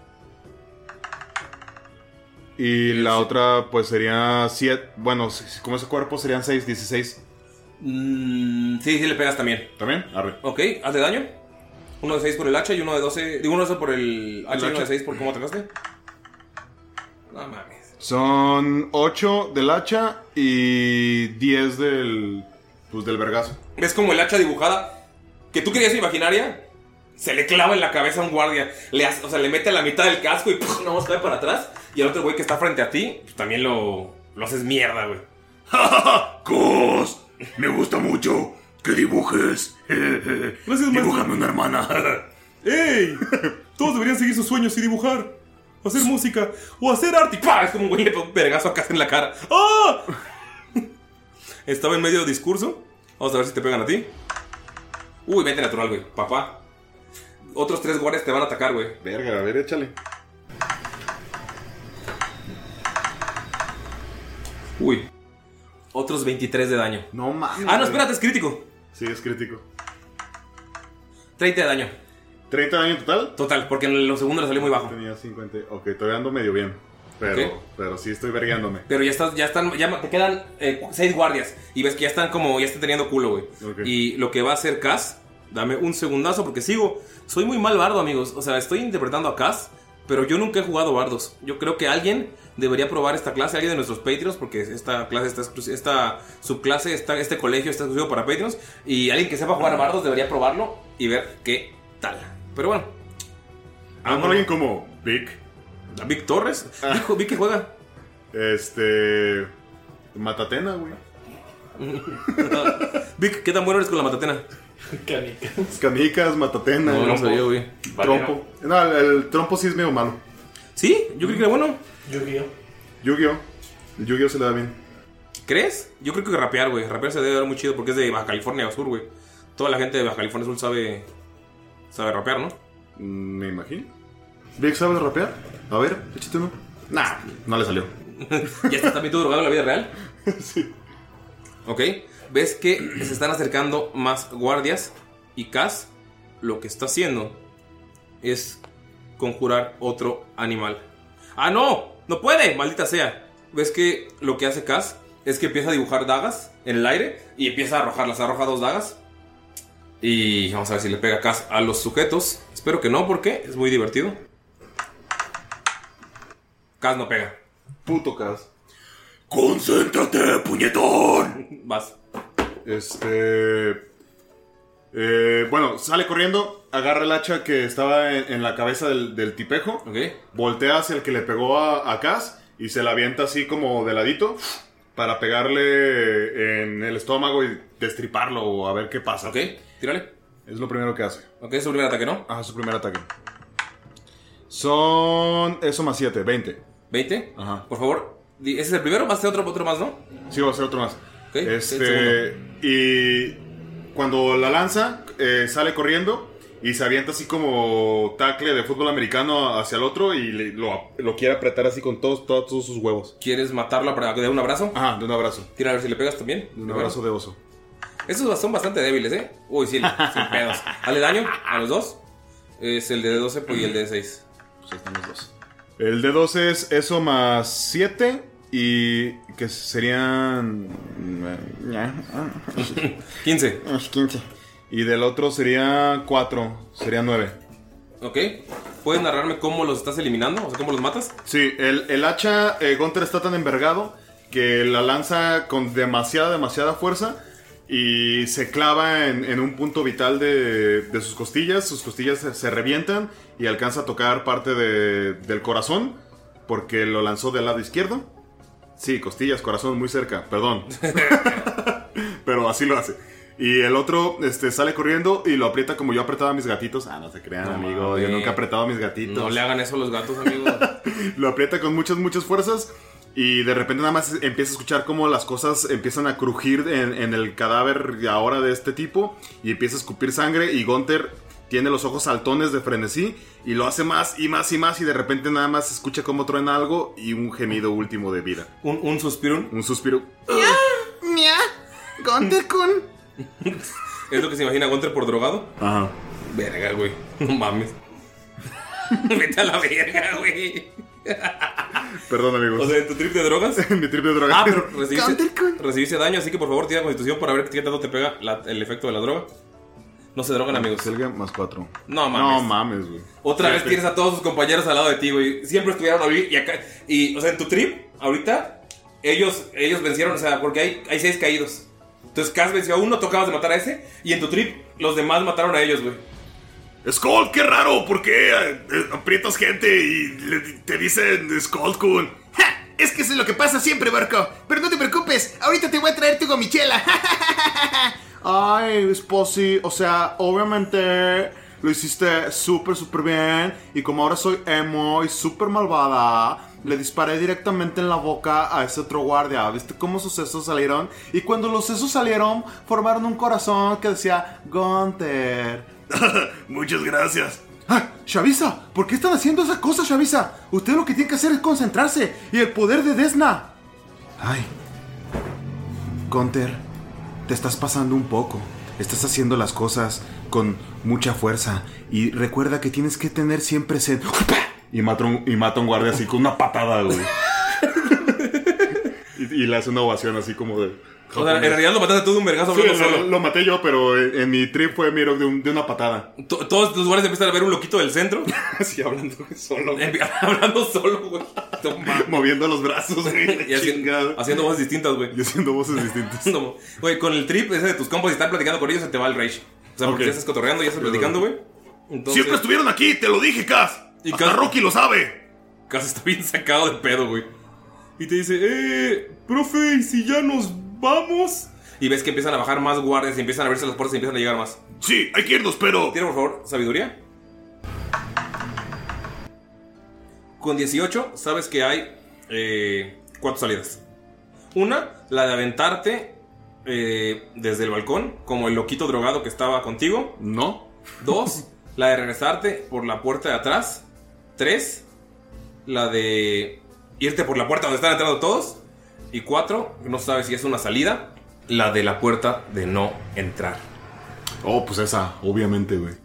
Y la otra, pues sería siete. Bueno, si- si- como ese cuerpo serían seis, dieciséis. Mm, sí, sí le pegas también. ¿También? Arre. Ok, hazle daño. Uno de seis por el hacha y uno de doce. Digo, uno de doce por el hacha y uno de seis por cómo atacaste. No mames. Son ocho del hacha y diez del. Pues del vergazo. ¿Ves como el hacha dibujada que tú querías imaginaria? Se le clava en la cabeza a un guardia. Le hace, o sea, le mete a la mitad del casco y ¡puf! No más cae para atrás. Y el otro güey que está frente a ti, pues también lo, lo haces mierda, güey. ¡Ja, Cos! Me gusta mucho que dibujes. Gracias, Dibújame una hermana. ¡Ey! Todos deberían seguir sus sueños y dibujar. O hacer música. O hacer arte. ¡Pah! Es como un güey le pone un vergazo acá en la cara. ¡Ah! Estaba en medio de discurso. Vamos a ver si te pegan a ti. Uy, veinte natural, güey. Papá. Otros tres guardias te van a atacar, güey. Verga, a ver, échale. Uy. Otros veintitrés de daño. No mames. Ah, no, espérate, es crítico. Sí, es crítico. treinta de daño. ¿treinta de daño total? Total, porque en los segundos le salió muy bajo. Tenía cincuenta. Ok, todavía ando medio bien. Pero, Okay. pero sí estoy vergueándome. Pero ya estás, ya están, ya te quedan eh, seis guardias. Y ves que ya están como, ya están teniendo culo, güey. Okay. Y lo que va a hacer Cass, dame un segundazo porque sigo. Soy muy mal bardo, amigos. O sea, estoy interpretando a Cass, pero yo nunca he jugado bardos. Yo creo que alguien debería probar esta clase, alguien de nuestros Patreons, porque esta clase está exclusiva, esta subclase, esta, este colegio está exclusivo para Patreons. Y alguien que sepa jugar bardos debería probarlo y ver qué tal. Pero bueno. ¿A alguien como Vic? ¿Vic Torres? Ah. Vic, Vic que juega. Este. Matatena, güey. Vic, ¿qué tan bueno eres con la matatena? Canicas. Canicas, matatena. No, no sabía, güey. Trompo. No, el, el trompo sí es medio malo. ¿Sí? Yo creo que era bueno. Yu-Gi-Oh. Yu-Gi-Oh. El Yu-Gi-Oh se le da bien. ¿Crees? Yo creo que rapear, güey. Rapear se debe dar muy chido porque es de Baja California Sur, güey. Toda la gente de Baja California Sur sabe. Sabe rapear, ¿no? Me imagino. ¿Vic sabes rapear? A ver, échate uno. Nah, no le salió. ¿Ya estás también tú drogado en la vida real? Sí. Ok. Ves que se están acercando más guardias. Y Cass lo que está haciendo es conjurar otro animal. ¡Ah, no! ¡No puede! ¡Maldita sea! Ves que lo que hace Cass es que empieza a dibujar dagas en el aire y empieza a arrojarlas. Arroja dos dagas. Y vamos a ver si le pega Cass a los sujetos. Espero que no, porque es muy divertido. Cass no pega. Puto Cass. ¡Concéntrate, puñetón! Vas. Este. Eh, bueno, sale corriendo, agarra el hacha que estaba en, en la cabeza del, del tipejo. Ok. Voltea hacia el que le pegó a, a Cass y se la avienta así como de ladito para pegarle en el estómago y destriparlo o a ver qué pasa. Ok, tírale. Es lo primero que hace. Ok, es su primer ataque, ¿no? Ajá, su primer ataque. Son. Eso más siete, veinte. ¿veinte? Ajá. Por favor, ¿ese es el primero? ¿Va a ser otro, otro más, no? Sí, va a ser otro más. Ok, Este. Y. Cuando la lanza, eh, sale corriendo y se avienta así como tackle de fútbol americano hacia el otro y le- lo, lo quiere apretar así con todos, todos, todos sus huevos. ¿Quieres matarlo para que dé un abrazo? Ajá, de un abrazo. Tira a ver si le pegas también. De un abrazo de oso. Estos son bastante débiles, ¿eh? Uy, sí, sin pedos. Dale daño a los dos. Es el de doce y el de seis. Pues ahí están los dos. El de doce es eso más siete y que serían... quince. quince. Y del otro sería cuatro, serían nueve. Ok. ¿Puedes narrarme cómo los estás eliminando? O sea, ¿cómo los matas? Sí, el, el hacha, eh, Gunther está tan envergado que la lanza con demasiada, demasiada fuerza y se clava en, en un punto vital de, de sus costillas. Sus costillas se, se revientan y alcanza a tocar parte de- del corazón porque lo lanzó del lado izquierdo. Sí, costillas, corazón, muy cerca, perdón. Pero así lo hace. Y el otro este, sale corriendo y lo aprieta como yo apretaba a mis gatitos. Ah, no se crean, No, amigo. mames. Yo nunca he apretado a mis gatitos. No le hagan eso a los gatos, amigo. Lo aprieta con muchas, muchas fuerzas. Y de repente nada más empieza a escuchar cómo las cosas empiezan a crujir en, en el cadáver ahora de este tipo. Y empieza a escupir sangre. Y Gunther tiene los ojos saltones de frenesí. Y lo hace más y más y más. Y de repente nada más se escucha cómo truena algo. Y un gemido último de vida. ¿Un, un suspiro? Un suspiro. Mia, Gunther-kun. ¿Es lo que se imagina Gunther por drogado? Ajá. Verga, güey. No mames. Vete a la verga, güey. Perdón, amigos. O sea, ¿en tu trip de drogas? Mi trip de drogas. Ah, pero recibiste, recibiste daño, así que por favor tira constitución para ver qué tanto te pega la- el efecto de la droga. No se drogan, amigos. Selga más cuatro. No mames. No mames, güey. Otra Sí, vez sí. tienes a todos tus compañeros al lado de ti, güey. Siempre estuvieron ahí y acá. Y, o sea, en tu trip, ahorita, ellos, ellos vencieron, o sea, porque hay, hay seis caídos. Entonces, Cass venció a uno, tú acabas de matar a ese. Y en tu trip, los demás mataron a ellos, güey. Skull, qué raro, ¿por qué eh, eh, aprietas gente y le- te dicen Skull Kun? ¡Ja! Es que eso es lo que pasa siempre, Borco. Pero no te preocupes, ahorita te voy a traer tu gomichela. Ay, Sposy, o sea, obviamente lo hiciste súper, súper bien. Y como ahora soy emo y súper malvada, le disparé directamente en la boca a ese otro guardia. ¿Viste cómo sus sesos salieron? Y cuando los sesos salieron, formaron un corazón que decía Gunther. Muchas gracias. ¡Ah! Shavisa, ¿por qué están haciendo esa cosa, Shavisa? Usted lo que tiene que hacer es concentrarse. Y el poder de Desna. Ay. Gunther, te estás pasando un poco. Estás haciendo las cosas con mucha fuerza. Y recuerda que tienes que tener siempre sed. Y mata un, y mata un guardia así con una patada, güey. y, y le hace una ovación así como de... O sea, en realidad lo mataste tú de un vergazo Sí, hablando lo, solo. lo maté yo, pero en, en mi trip fue Miro de, un- de una patada. T- Todos los guardias empiezan a ver un loquito del centro. Así hablando solo. Empi- hablando solo, güey. No mames. Moviendo los brazos, güey. Y haciendo, haciendo voces distintas, güey. Y haciendo voces distintas. No, güey, con el trip ese de tus compas y estar platicando con ellos se te va el rage. O sea, porque Ok. ya estás cotorreando, ya estás platicando, güey. Entonces, Siempre estuvieron aquí, te lo dije, Cass. Y Hasta Cass- Rocky lo sabe. Cass está bien sacado de pedo, güey. Y te dice, eh, profe, ¿y si ya nos vamos? Y ves que empiezan a bajar más guardias y empiezan a abrirse las puertas y empiezan a llegar más. Sí, hay que irnos, pero... Tira, por favor, sabiduría. Con dieciocho, sabes que hay eh, cuatro salidas. Una, la de aventarte eh, desde el balcón, como el loquito drogado que estaba contigo. No. Dos, la de regresarte por la puerta de atrás. Tres, la de irte por la puerta donde están entrando todos. Y cuatro, no sabes si es una salida, la de la puerta de no entrar. Oh, pues esa, obviamente, güey.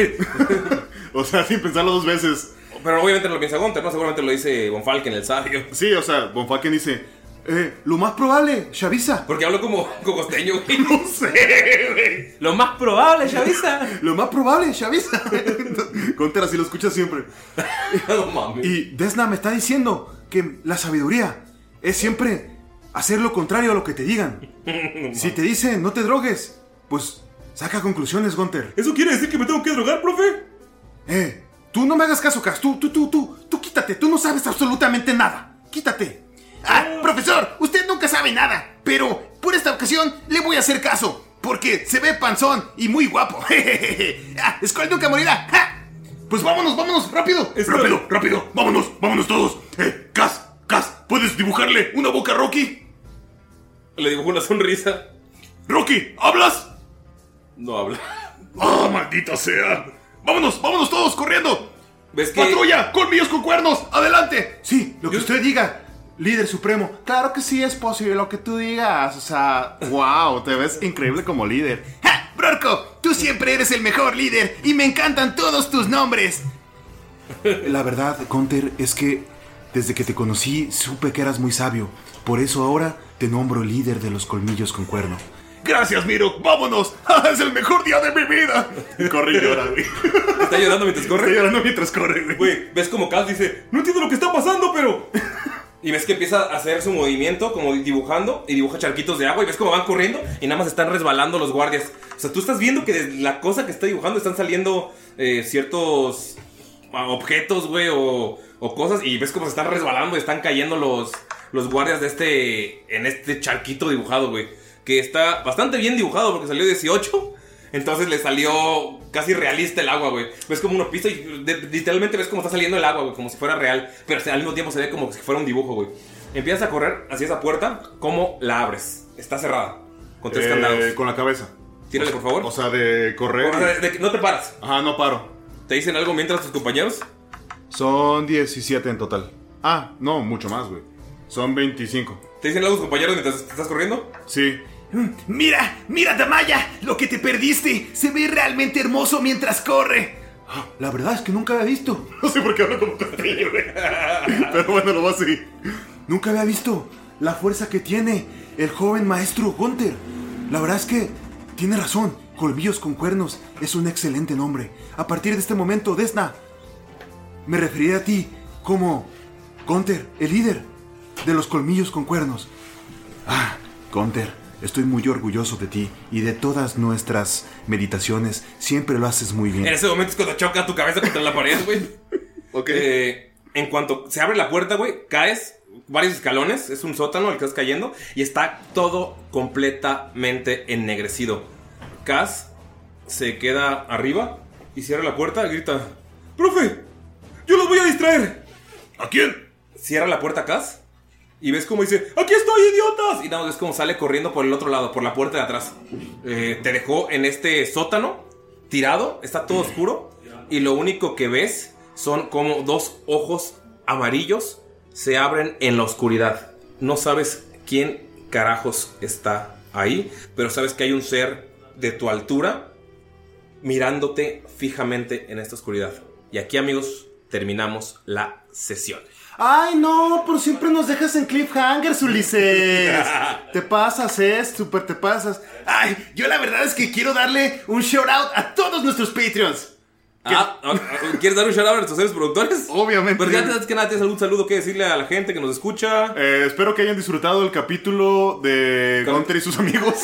O sea, sin pensarlo dos veces. Pero obviamente no lo piensa Gunther, ¿no? Seguramente lo dice Von Falken, el sabio. Sí, o sea, Von Falken dice... Eh, lo más probable, Shavisa. Porque hablo como, como costeño, güey. No sé, güey. Lo más probable, Shavisa. Lo más probable, Shavisa. Gunther así lo escucha siempre. No mames. Y Desna me está diciendo que la sabiduría es siempre hacer lo contrario a lo que te digan. Si te dicen no te drogues, pues saca conclusiones, Gunther. ¿Eso quiere decir que me tengo que drogar, profe? Eh, tú no me hagas caso, Cass. Tú, tú, tú, tú, tú quítate. Tú no sabes absolutamente nada. Quítate. Ah, profesor, usted nunca sabe nada. Pero por esta ocasión le voy a hacer caso. Porque se ve panzón y muy guapo. Ah, Skull nunca morirá. ¡Ja! Pues vámonos, vámonos, rápido. Rápido, rápido. Vámonos, vámonos todos. Eh, Cass, Cass, ¿puedes dibujarle una boca a Rocky? Le dibujo una sonrisa. Rocky, ¿hablas? No habla. ¡Ah, maldita sea! ¡Vámonos, vámonos todos, corriendo! ¿Ves que ¡Patrulla! ¡Colmillos con cuernos! ¡Adelante! Sí, lo que usted diga, líder supremo. Claro que sí es posible lo que tú digas. O sea, wow, te ves increíble como líder. ¡Ja! Brorco, tú siempre eres el mejor líder y me encantan todos tus nombres. La verdad, Gunther, es que desde que te conocí supe que eras muy sabio. Por eso ahora te nombro líder de los colmillos con cuerno. ¡Gracias, Miro! ¡Vámonos! ¡Ah, es el mejor día de mi vida! Corre y llora, güey. está llorando mientras corre? Está llorando mientras corre, güey. Güey, ves como Cass dice, no entiendo lo que está pasando, pero... Y ves que empieza a hacer su movimiento, como dibujando, y dibuja charquitos de agua, y ves cómo van corriendo, y nada más están resbalando los guardias. O sea, tú estás viendo que de la cosa que está dibujando están saliendo eh, ciertos ah, objetos, güey, o, o cosas, y ves cómo se están resbalando y están cayendo los, los guardias de este, en este charquito dibujado, güey. Que está bastante bien dibujado porque salió dieciocho. Entonces le salió casi realista el agua, güey. Ves como uno pisa y de, literalmente ves cómo está saliendo el agua, güey. Como si fuera real. Pero al mismo tiempo se ve como si fuera un dibujo, güey. Empiezas a correr hacia esa puerta. ¿Cómo la abres? Está cerrada. Con tres Eh, candados. con la cabeza. Tírale, por favor. O sea, de correr. O sea, de que no te paras. Ajá, no paro. ¿Te dicen algo mientras tus compañeros? Son diecisiete en total. Ah, no, mucho más, güey. Son veinticinco. ¿Te dicen algo tus compañeros mientras estás corriendo? Sí. Mira, mira, Damaya, lo que te perdiste. Se ve realmente hermoso mientras corre. La verdad es que nunca había visto. No sé por qué hablo como costeño, güey. Pero bueno, lo voy a seguir. Nunca había visto la fuerza que tiene el joven maestro Gunther. La verdad es que tiene razón. Colmillos con Cuernos es un excelente nombre. A partir de este momento, Desna, me referiré a ti como Gunther, el líder de los Colmillos con Cuernos. Ah, Gunther, estoy muy orgulloso de ti y de todas nuestras meditaciones. Siempre lo haces muy bien. En ese momento es cuando choca tu cabeza contra la pared, güey. Ok. Eh, en cuanto se abre la puerta, güey, caes varios escalones. Es un sótano al que estás cayendo y está todo completamente ennegrecido. Kaz se queda arriba y cierra la puerta y grita: ¡Profe! ¡Yo los voy a distraer! ¿A quién? Cierra la puerta Kaz y ves cómo dice: ¡Aquí estoy, idiotas! Y nada, ves cómo sale corriendo por el otro lado, por la puerta de atrás. Eh, te dejó en este sótano, tirado, está todo oscuro. Y lo único que ves son como dos ojos amarillos se abren en la oscuridad. No sabes quién carajos está ahí, pero sabes que hay un ser de tu altura mirándote fijamente en esta oscuridad. Y aquí, amigos, terminamos la sesión. Ay, no, pero siempre nos dejas en cliffhangers, Ulises. Te pasas, eh, súper te pasas. Ay, yo la verdad es que quiero darle un shout out a todos nuestros Patreons. Ah, ¿quieres dar un shout out a nuestros seres productores? Obviamente. Pero ya antes que nada, ¿tienes algún saludo que decirle a la gente que nos escucha? Eh, espero que hayan disfrutado el capítulo de Gunther y sus amigos.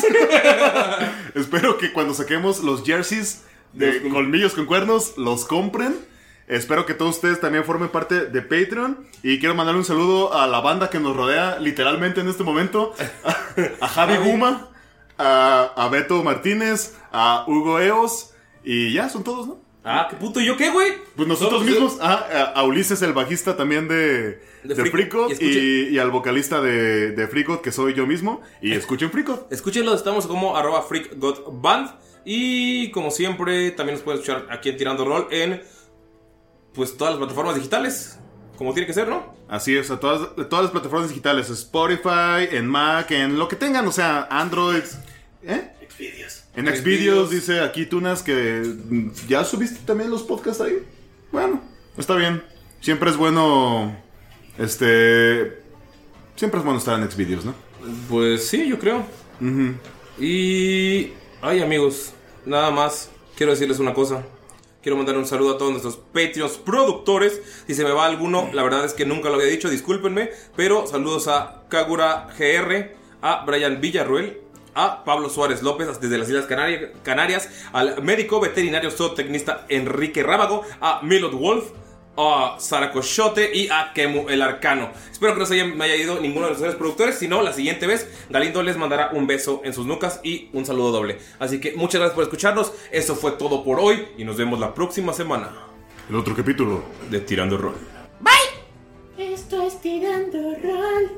Espero que cuando saquemos los jerseys de Colmillos con Cuernos, los compren. Espero que todos ustedes también formen parte de Patreon. Y quiero mandarle un saludo a la banda que nos rodea literalmente en este momento. A, a Javi Guma, a, a Beto Martínez, a Hugo Eos. Y ya, son todos, ¿no? Ah, qué puto, ¿y yo qué, güey? Pues nosotros mismos, ah, a, a Ulises, el bajista también de, de, de Freakot, y, y, y al vocalista de, de Freakot, que soy yo mismo. Y escuchen Freakot. Escúchenlo, estamos como arroba FreakGodBand. Y como siempre, también nos pueden escuchar aquí en Tirando Rol en pues todas las plataformas digitales, como tiene que ser, ¿no? Así es, a todas, todas las plataformas digitales, Spotify, en Mac, en lo que tengan, o sea, Android, ¿eh? Xvideos. En Xvideos dice aquí Tunas que ya subiste también los podcasts ahí. Bueno, está bien. Siempre es bueno, este, siempre es bueno estar en Xvideos, ¿no? Pues sí, yo creo. Uh-huh. Y ay, amigos, nada más quiero decirles una cosa. Quiero mandar un saludo a todos nuestros Patreons productores. Si se me va alguno, la verdad es que nunca lo había dicho, discúlpenme. Pero saludos a Kagura G R, a Brian Villarruel, a Pablo Suárez López desde las Islas Canari- Canarias, al médico veterinario zootecnista Enrique Rábago, a Milot Wolf, a Sara Cochote y a Kemu el Arcano. Espero que no se haya, me haya ido ninguno de los seres productores. Si no, la siguiente vez Galindo les mandará un beso en sus nucas y un saludo doble. Así que muchas gracias por escucharnos. Eso fue todo por hoy y nos vemos la próxima semana. El otro capítulo de Tirando Rol. Bye. Esto es Tirando Rol.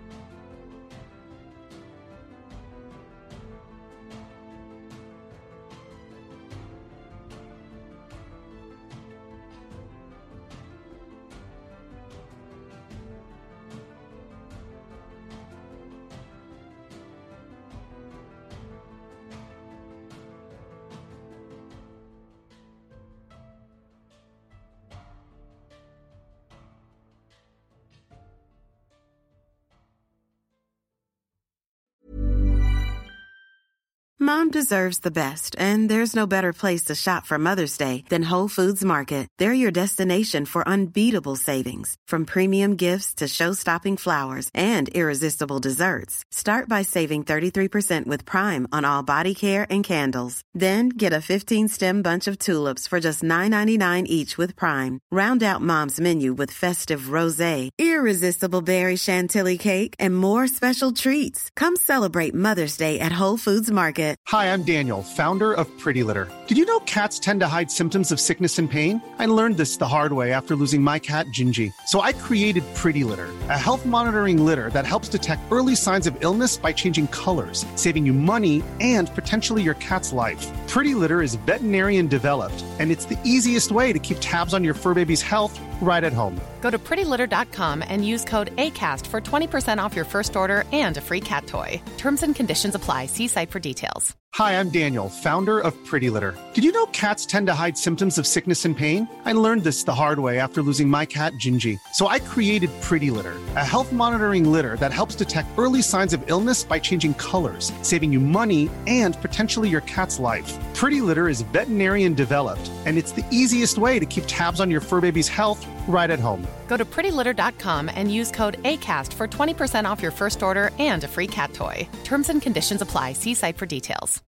Mom deserves the best, and there's no better place to shop for Mother's Day than Whole Foods Market. They're your destination for unbeatable savings, from premium gifts to show-stopping flowers and irresistible desserts. Start by saving thirty-three percent with Prime on all body care and candles. Then get a fifteen-stem bunch of tulips for just nine ninety-nine each with Prime. Round out Mom's menu with festive rosé, irresistible berry chantilly cake, and more special treats. Come celebrate Mother's Day at Whole Foods Market. Hi, I'm Daniel, founder of Pretty Litter. Did you know cats tend to hide symptoms of sickness and pain? I learned this the hard way after losing my cat, Gingy. So I created Pretty Litter, a health monitoring litter that helps detect early signs of illness by changing colors, saving you money and potentially your cat's life. Pretty Litter is veterinarian developed, and it's the easiest way to keep tabs on your fur baby's health right at home. Go to pretty litter dot com and use code ACAST for twenty percent off your first order and a free cat toy. Terms and conditions apply. See site for details. Hi, I'm Daniel, founder of Pretty Litter. Did you know cats tend to hide symptoms of sickness and pain? I learned this the hard way after losing my cat, Gingy. So I created Pretty Litter, a health monitoring litter that helps detect early signs of illness by changing colors, saving you money and potentially your cat's life. Pretty Litter is veterinarian developed, and it's the easiest way to keep tabs on your fur baby's health right at home. Go to pretty litter dot com and use code ACAST for twenty percent off your first order and a free cat toy. Terms and conditions apply. See site for details.